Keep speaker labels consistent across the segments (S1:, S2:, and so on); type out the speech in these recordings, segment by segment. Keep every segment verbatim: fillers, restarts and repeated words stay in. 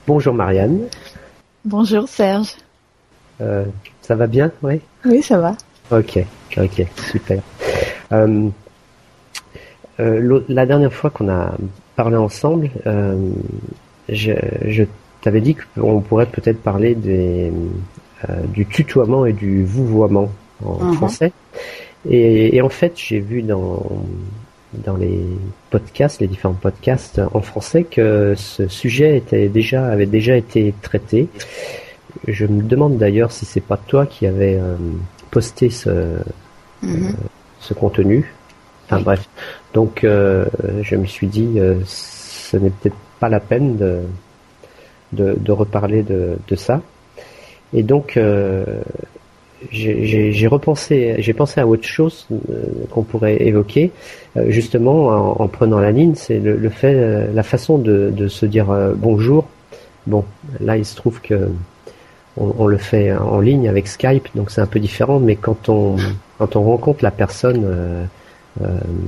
S1: Bonjour Marianne.
S2: Bonjour Serge.
S1: Euh, ça va bien, oui?
S2: Oui, ça va.
S1: Ok, ok, super. Euh, euh, la dernière fois qu'on a parlé ensemble, euh, je, je t'avais dit qu'on pourrait peut-être parler des, euh, du tutoiement et du vouvoiement en uh-huh. français. Et, et en fait, j'ai vu dans dans les podcasts, les différents podcasts en français, que ce sujet était déjà avait déjà été traité. Je me demande d'ailleurs si c'est pas toi qui avais euh, posté ce mm-hmm. euh, ce contenu. Enfin oui. Bref. Donc euh, je me suis dit euh, ce n'est peut-être pas la peine de de, de reparler de, de ça. Et donc euh, J'ai, j'ai, j'ai repensé, j'ai pensé à autre chose euh, qu'on pourrait évoquer, euh, justement en, en prenant la ligne, c'est le, le fait, euh, la façon de, de se dire euh, bonjour. Bon, là il se trouve que on, on le fait en ligne avec Skype, donc c'est un peu différent. Mais quand on quand on rencontre la personne euh, euh,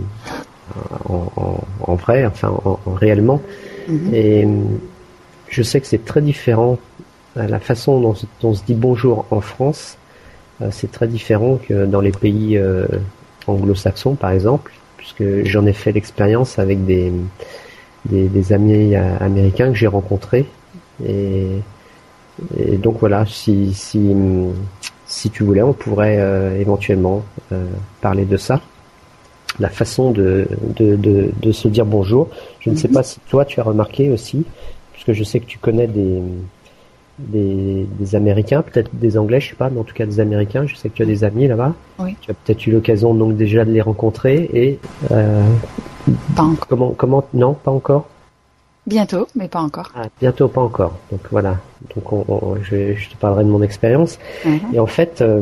S1: en, en, en vrai, enfin en, en réellement, mm-hmm. et je sais que c'est très différent la façon dont, dont on se dit bonjour en France. C'est très différent que dans les pays euh, anglo-saxons, par exemple, puisque j'en ai fait l'expérience avec des, des, des amis américains que j'ai rencontrés. Et, et donc voilà, si, si, si tu voulais, on pourrait euh, éventuellement euh, parler de ça. La façon de, de, de, de se dire bonjour. Je ne sais pas si toi, tu as remarqué aussi, puisque je sais que tu connais des... Des, des Américains, peut-être des Anglais, je sais pas, mais en tout cas des Américains. Je sais que tu as des amis là-bas.
S2: Oui.
S1: Tu as peut-être eu l'occasion donc déjà de les rencontrer et euh,
S2: pas encore.
S1: Comment, comment, non, pas encore.
S2: Bientôt, mais pas encore.
S1: Ah, bientôt, pas encore. Donc voilà. Donc on, on, je, je te parlerai de mon expérience. Mm-hmm. Et en fait, euh,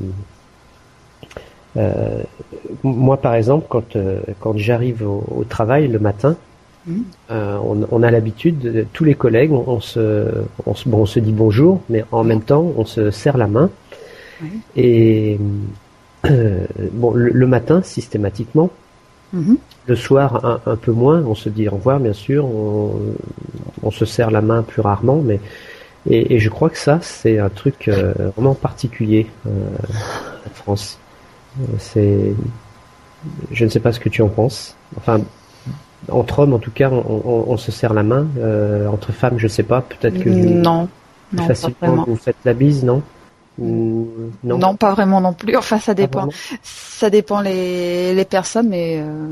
S1: euh, moi par exemple, quand euh, quand j'arrive au, au travail le matin. Mmh. Euh, on, on a l'habitude, de, tous les collègues, on, on, se, on, se, bon, on se dit bonjour, mais en mmh. même temps, on se serre la main. Mmh. Et euh, bon, le, le matin, systématiquement, mmh. le soir, un, un peu moins, on se dit au revoir, bien sûr, on, on se serre la main plus rarement, mais et, et je crois que ça, c'est un truc euh, vraiment particulier euh, en France. C'est, je ne sais pas ce que tu en penses. Enfin. Entre hommes, en tout cas, on, on, on se serre la main. Euh, entre femmes, je sais pas. Peut-être que vous,
S2: non, non,
S1: facilement
S2: pas vraiment.
S1: Vous faites la bise, non? Ou, non,
S2: non, pas vraiment non plus. Enfin, ça dépend. Ça dépend les les personnes, mais euh,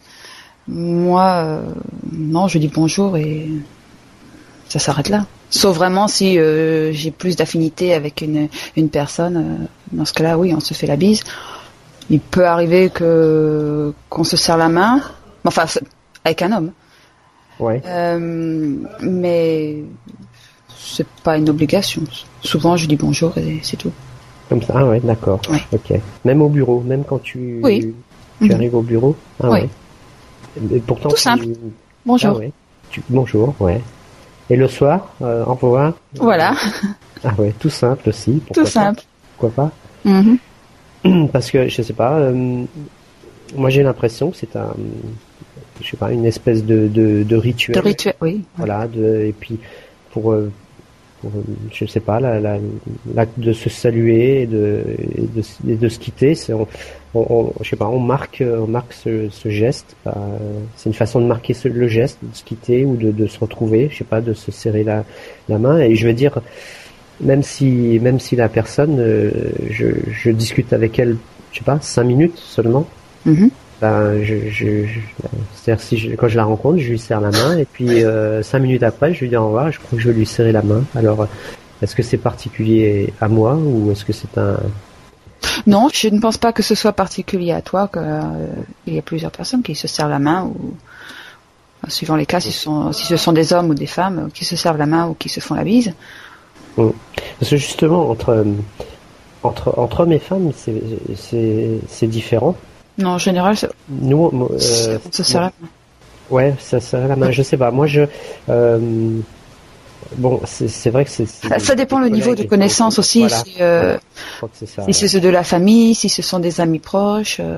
S2: moi, euh, non, je dis bonjour et ça s'arrête là. Sauf vraiment si euh, j'ai plus d'affinité avec une une personne. Euh, dans ce cas-là, oui, on se fait la bise. Il peut arriver que qu'on se serre la main. Enfin. Avec un homme.
S1: Ouais.
S2: Euh, mais c'est pas une obligation. Souvent, je dis bonjour et c'est tout.
S1: Comme ça, ah ouais, d'accord.
S2: Ouais.
S1: Ok. Même au bureau, même quand tu,
S2: oui.
S1: tu
S2: mmh.
S1: arrives au bureau. Ah
S2: oui.
S1: ouais. Et pourtant,
S2: tout
S1: tu...
S2: simple. Bonjour.
S1: Ah ouais. Tu... Bonjour, ouais. Et le soir, euh, au revoir.
S2: Voilà.
S1: Ah ouais, tout simple aussi.
S2: Tout
S1: pas.
S2: simple.
S1: Pourquoi pas?
S2: Mmh.
S1: Parce que je sais pas. Euh, moi, j'ai l'impression que c'est un. Je sais pas, une espèce de, de, de rituel.
S2: De rituel, oui.
S1: Voilà, de, et puis pour, pour je sais pas, la, la, l'acte de se saluer et de, et de, et de se quitter, c'est, on, on, je sais pas, on marque, on marque ce, ce geste. Bah, c'est une façon de marquer ce, le geste, de se quitter ou de, de se retrouver, je sais pas, de se serrer la, la main. Et je veux dire, même si, même si la personne, euh, je, je discute avec elle, je sais pas, cinq minutes seulement.
S2: Mm-hmm.
S1: Ben, je, je, je, c'est-à-dire si je, quand je la rencontre, je lui serre la main et puis euh, cinq minutes après, je lui dis au revoir. Je crois que je vais lui serrer la main. Alors, est-ce que c'est particulier à moi ou est-ce que c'est un...
S2: Non, je ne pense pas que ce soit particulier à toi. Que, euh, il y a plusieurs personnes qui se serrent la main ou, suivant les cas, si ce sont, si ce sont des hommes ou des femmes qui se servent la main ou qui se font la bise.
S1: Parce que justement, entre entre entre hommes et femmes, c'est c'est c'est différent.
S2: Non, en général, c'est...
S1: nous, euh,
S2: on se serre la main.
S1: Ouais, ça serre la main. Je sais pas. Moi, je euh, bon, c'est, c'est vrai que c'est. c'est
S2: ça, ça dépend le niveau de connaissance aussi.
S1: Voilà.
S2: Si, euh,
S1: voilà. Je crois que c'est ça,
S2: si
S1: ouais.
S2: c'est de la famille, si ce sont des amis proches. Euh...
S1: Voilà.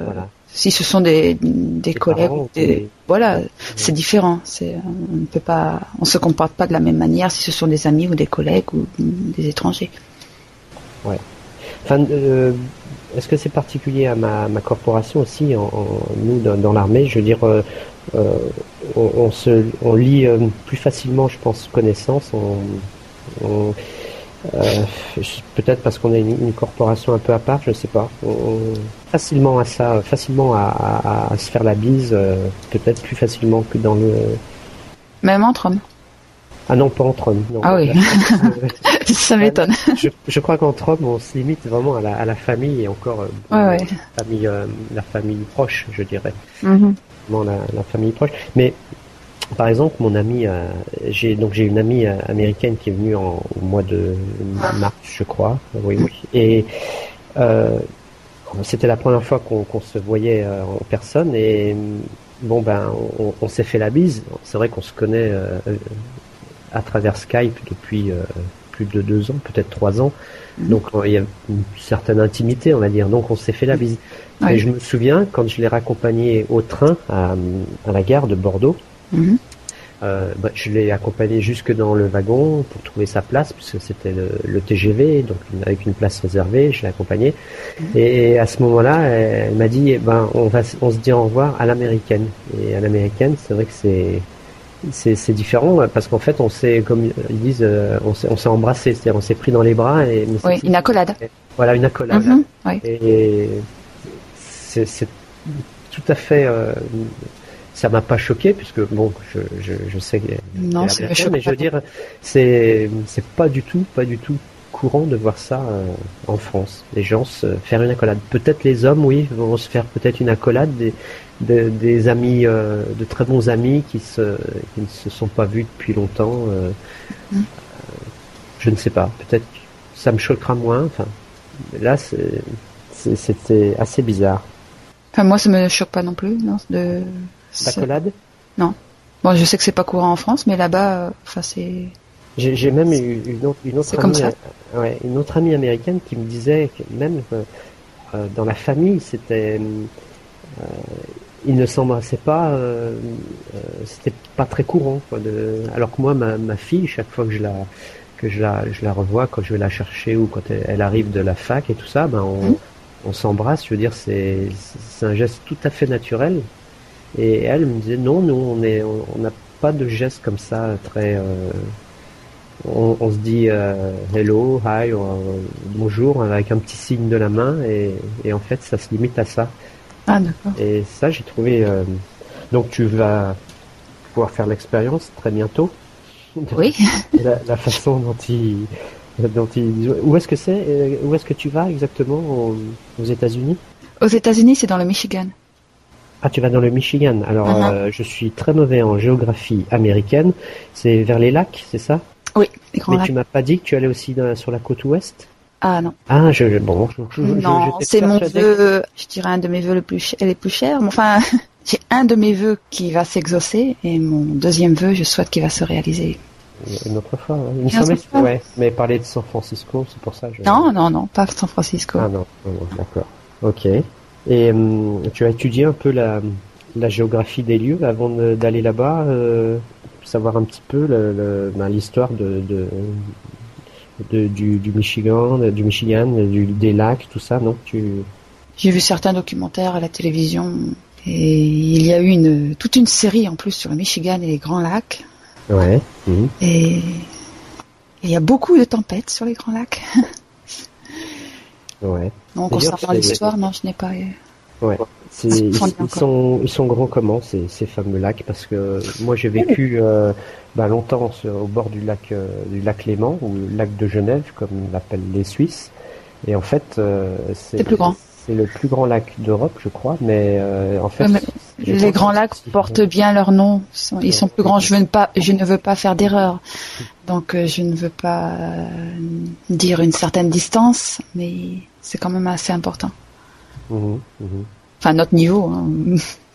S2: Si ce sont des, des collègues,
S1: parents,
S2: des,
S1: des...
S2: voilà, c'est différent. C'est, on ne peut pas, on se comporte pas de la même manière si ce sont des amis ou des collègues ou des étrangers.
S1: Ouais. Enfin, euh, est-ce que c'est particulier à ma, ma corporation aussi, en, en, nous dans, dans l'armée, je veux dire, euh, euh, on, on se, on lit euh, plus facilement, je pense, connaissance. On, on, Euh, peut-être parce qu'on est une, une corporation un peu à part, je sais pas. On, on, facilement à ça, facilement à, à, à se faire la bise, euh, peut-être plus facilement que dans le.
S2: Même entre hommes.
S1: Ah non, pas entre hommes. Non,
S2: ah oui, ça m'étonne.
S1: Je, je crois qu'entre hommes, on se limite vraiment à la, à la famille et encore euh,
S2: ouais, ouais.
S1: La famille, euh, la famille proche, je dirais.
S2: Mm-hmm.
S1: Vraiment la, la famille proche. Mais par exemple, mon ami, euh, j'ai donc j'ai une amie euh, américaine qui est venue en, au mois de mars, je crois. Oui, oui. Et euh, c'était la première fois qu'on qu'on se voyait euh, en personne. Et bon ben, on, on s'est fait la bise. C'est vrai qu'on se connaît euh, à travers Skype depuis euh, plus de deux ans, peut-être trois ans. Mm-hmm. Donc il y a une certaine intimité, on va dire. Donc on s'est fait la bise. Oui. Et je me souviens quand je l'ai raccompagné au train à, à la gare de Bordeaux.
S2: Mmh.
S1: Euh, bah, je l'ai accompagné jusque dans le wagon pour trouver sa place puisque c'était le, le T G V, donc une, avec une place réservée, je l'ai accompagné. Mmh. Et à ce moment-là, elle, elle m'a dit, eh ben, on va, on se dit au revoir à l'américaine. Et à l'américaine, c'est vrai que c'est, c'est, c'est différent parce qu'en fait, on s'est, comme ils disent, on s'est, on s'est embrassé, c'est-à-dire on s'est pris dans les bras et. Mais
S2: oui, une accolade.
S1: Voilà, une accolade.
S2: Mmh, oui.
S1: Et c'est, c'est tout à fait. Euh, Ça m'a pas choqué puisque bon, je je, je sais que
S2: non, c'est choquant,
S1: mais je veux dire, c'est c'est pas du tout, pas du tout courant de voir ça euh, en France. Les gens se faire une accolade. Peut-être les hommes, oui, vont se faire peut-être une accolade des des, des amis, euh, de très bons amis qui se qui ne se sont pas vus depuis longtemps. Euh, mm. euh, je ne sais pas. Peut-être que ça me choquera moins. Enfin, là, c'est, c'est c'était assez bizarre.
S2: Enfin, moi, ça me choque pas non plus, non, de.
S1: L'accolade ?
S2: Non. Bon, je sais que c'est pas courant en France, mais là-bas, enfin, euh, c'est.
S1: J'ai, j'ai même eu une autre, une autre
S2: c'est
S1: amie,
S2: comme ça.
S1: Euh, ouais, une autre amie américaine qui me disait que même euh, euh, dans la famille, c'était, euh, ils ne s'embrassaient pas, euh, euh, c'était pas très courant, quoi, de, alors que moi, ma, ma fille, chaque fois que je la, que je la, je la revois, quand je vais la chercher ou quand elle, elle arrive de la fac et tout ça, ben on, mmh. on s'embrasse. Je veux dire, c'est, c'est un geste tout à fait naturel. Et elle me disait non, nous on est, on n'a pas de geste comme ça très. Euh, on, on se dit euh, hello, hi, ou, euh, bonjour avec un petit signe de la main et, et en fait ça se limite à ça.
S2: Ah d'accord.
S1: Et ça j'ai trouvé. Euh, donc tu vas pouvoir faire l'expérience très bientôt.
S2: Oui.
S1: la, la façon dont il, dont il. Où est-ce que c'est? Où est-ce que tu vas exactement aux, aux États-Unis?
S2: Aux États-Unis, c'est dans le Michigan.
S1: Ah, tu vas dans le Michigan. Alors, uh-huh. euh, je suis très mauvais en géographie américaine. C'est vers les lacs, c'est ça?
S2: Oui, les grands
S1: Mais
S2: lacs.
S1: tu m'as pas dit que tu allais aussi dans, sur la côte ouest?
S2: Ah non.
S1: Ah, je, je bon, je, je,
S2: non,
S1: je,
S2: c'est mon vœu, je dirais un de mes vœux le plus, les plus chers. Enfin, j'ai un de mes vœux qui va s'exaucer et mon deuxième vœu, je souhaite qu'il va se réaliser.
S1: Une autre fois, ouais. Il me semblait, ouais. Mais parler de San Francisco, c'est pour ça. Je...
S2: Non, non, non, pas San Francisco.
S1: Ah non, non, non d'accord. Ok. Et hum, tu as étudié un peu la, la géographie des lieux avant de, d'aller là-bas, euh, savoir un petit peu le, le, ben, l'histoire de, de, de du, du Michigan, du Michigan, du, des lacs, tout ça, non? Tu...
S2: J'ai vu certains documentaires à la télévision et il y a eu une toute une série en plus sur le Michigan et les Grands Lacs.
S1: Ouais. Mmh.
S2: Et il y a beaucoup de tempêtes sur les Grands Lacs.
S1: Ouais.
S2: Donc, concernant l'histoire, non, je n'ai pas.
S1: Ouais. C'est, ils, ils sont, ils sont grands comment ces, ces fameux lacs? Parce que moi j'ai vécu euh, bah, longtemps sur, au bord du lac, euh, du lac Léman ou le lac de Genève, comme l'appellent les Suisses. Et en fait, euh, c'est,
S2: c'est plus grand.
S1: C'est le plus grand lac d'Europe, je crois. Mais euh, en fait,
S2: ouais, mais les grands lacs si, portent ouais. bien leur nom. Ils sont, ils sont plus grands. Je veux pas, je ne veux pas faire d'erreur. Donc euh, je ne veux pas euh, dire une certaine distance, mais c'est quand même assez important.
S1: Mmh, mmh.
S2: Enfin, notre niveau, hein.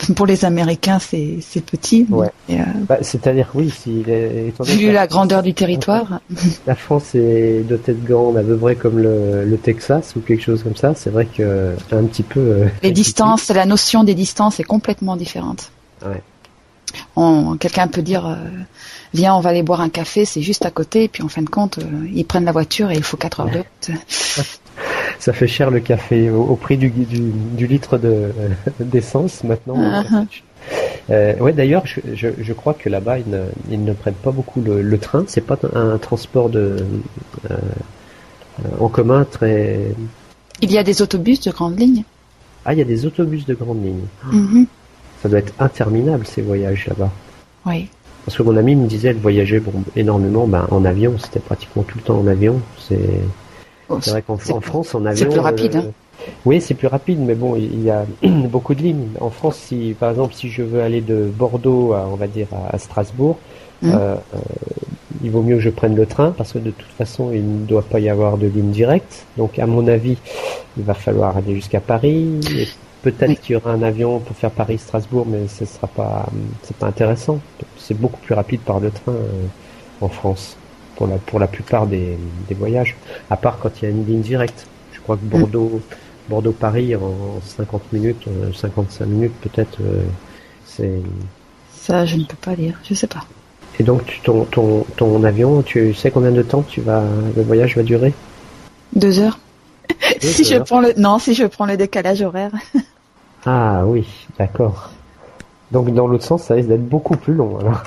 S2: pour les Américains, c'est c'est petit.
S1: Ouais.
S2: Et, euh,
S1: bah, c'est-à-dire oui, si les,
S2: vu la, la grandeur du territoire.
S1: La France est dotée de grande à peu près comme le, le Texas ou quelque chose comme ça. C'est vrai que un petit peu. Euh,
S2: les distances, la notion des distances est complètement différente.
S1: Ouais.
S2: On, quelqu'un peut dire, euh, viens, on va aller boire un café, c'est juste à côté, et puis en fin de compte, euh, ils prennent la voiture et il faut quatre heures de route.
S1: Ça fait cher le café au, au prix du, du, du litre de d'essence maintenant. Uh-huh. Euh, ouais, d'ailleurs, je, je, je crois que là-bas ils ne, ils ne prennent pas beaucoup le, le train. C'est pas un transport de euh, en commun très.
S2: Il y a des autobus de grande ligne.
S1: Ah, il y a des autobus de grande ligne.
S2: Mm-hmm.
S1: Ça doit être interminable ces voyages là-bas.
S2: Oui.
S1: Parce que mon ami me disait, elle voyageait bon, énormément ben, en avion. C'était pratiquement tout le temps en avion. C'est, oh, c'est vrai qu'en en France, en avion.
S2: C'est plus rapide. Euh, hein.
S1: Oui, c'est plus rapide, mais bon, il y a beaucoup de lignes. En France, si par exemple, si je veux aller de Bordeaux à, on va dire, à, à Strasbourg, mmh. euh, euh, il vaut mieux que je prenne le train parce que de toute façon, il ne doit pas y avoir de ligne directe. Donc, à mon avis, il va falloir aller jusqu'à Paris. Et peut-être oui. qu'il y aura un avion pour faire Paris-Strasbourg, mais ce sera pas, c'est pas intéressant. C'est beaucoup plus rapide par le train euh, en France pour la pour la plupart des, des voyages, à part quand il y a une ligne directe. Je crois que Bordeaux, mmh. Bordeaux-Paris en cinquante minutes, cinquante-cinq minutes peut-être, euh, c'est.
S2: Ça, je ne peux pas dire, je sais pas.
S1: Et donc, tu, ton ton ton avion, tu sais combien de temps tu vas le voyage va durer?
S2: Deux heures.
S1: Deux
S2: si
S1: heures.
S2: je prends le non, si je prends le décalage horaire.
S1: Ah oui, d'accord. Donc dans l'autre sens, ça risque d'être beaucoup plus long alors.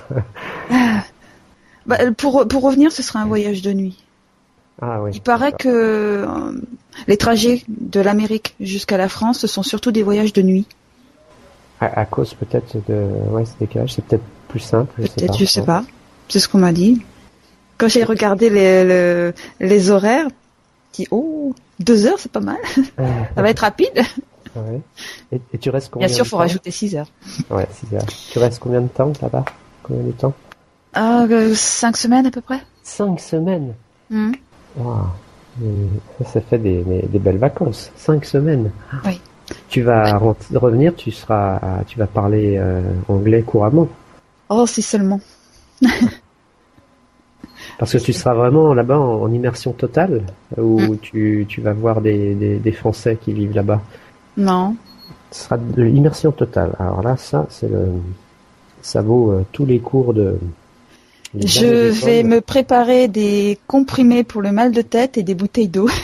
S2: bah, pour pour revenir, ce sera un voyage de nuit.
S1: Ah oui.
S2: Il paraît que euh, les trajets de l'Amérique jusqu'à la France, ce sont surtout des voyages de nuit.
S1: À, à cause peut-être de ouais, ce décalage, c'est peut-être plus simple. Je
S2: peut-être,
S1: sais pas.
S2: je sais pas. C'est ce qu'on m'a dit. Quand j'ai regardé les les, les horaires, j'ai dit oh deux heures, c'est pas mal. Ça va être rapide.
S1: Ouais. Et, et tu restes combien?
S2: Bien sûr,
S1: il
S2: faut rajouter six heures.
S1: Ouais, six heures. Tu restes combien de temps là-bas? Combien de temps?
S2: Ah, euh, cinq semaines à peu près.
S1: Cinq semaines.
S2: Mmh.
S1: Wow. Ça, ça fait des, des, des belles vacances. Cinq semaines.
S2: Oui.
S1: Tu vas ouais. revenir, tu seras, tu vas parler euh, anglais couramment.
S2: Oh, si seulement.
S1: Parce que tu seras vraiment là-bas en, en immersion totale, ou
S2: mmh.
S1: tu, tu vas voir des, des, des Français qui vivent là-bas.
S2: Non.
S1: Ce sera de l'immersion totale. Alors là, ça, c'est le, ça vaut euh, tous les cours de.
S2: Je vais me préparer des comprimés pour le mal de tête et des bouteilles d'eau.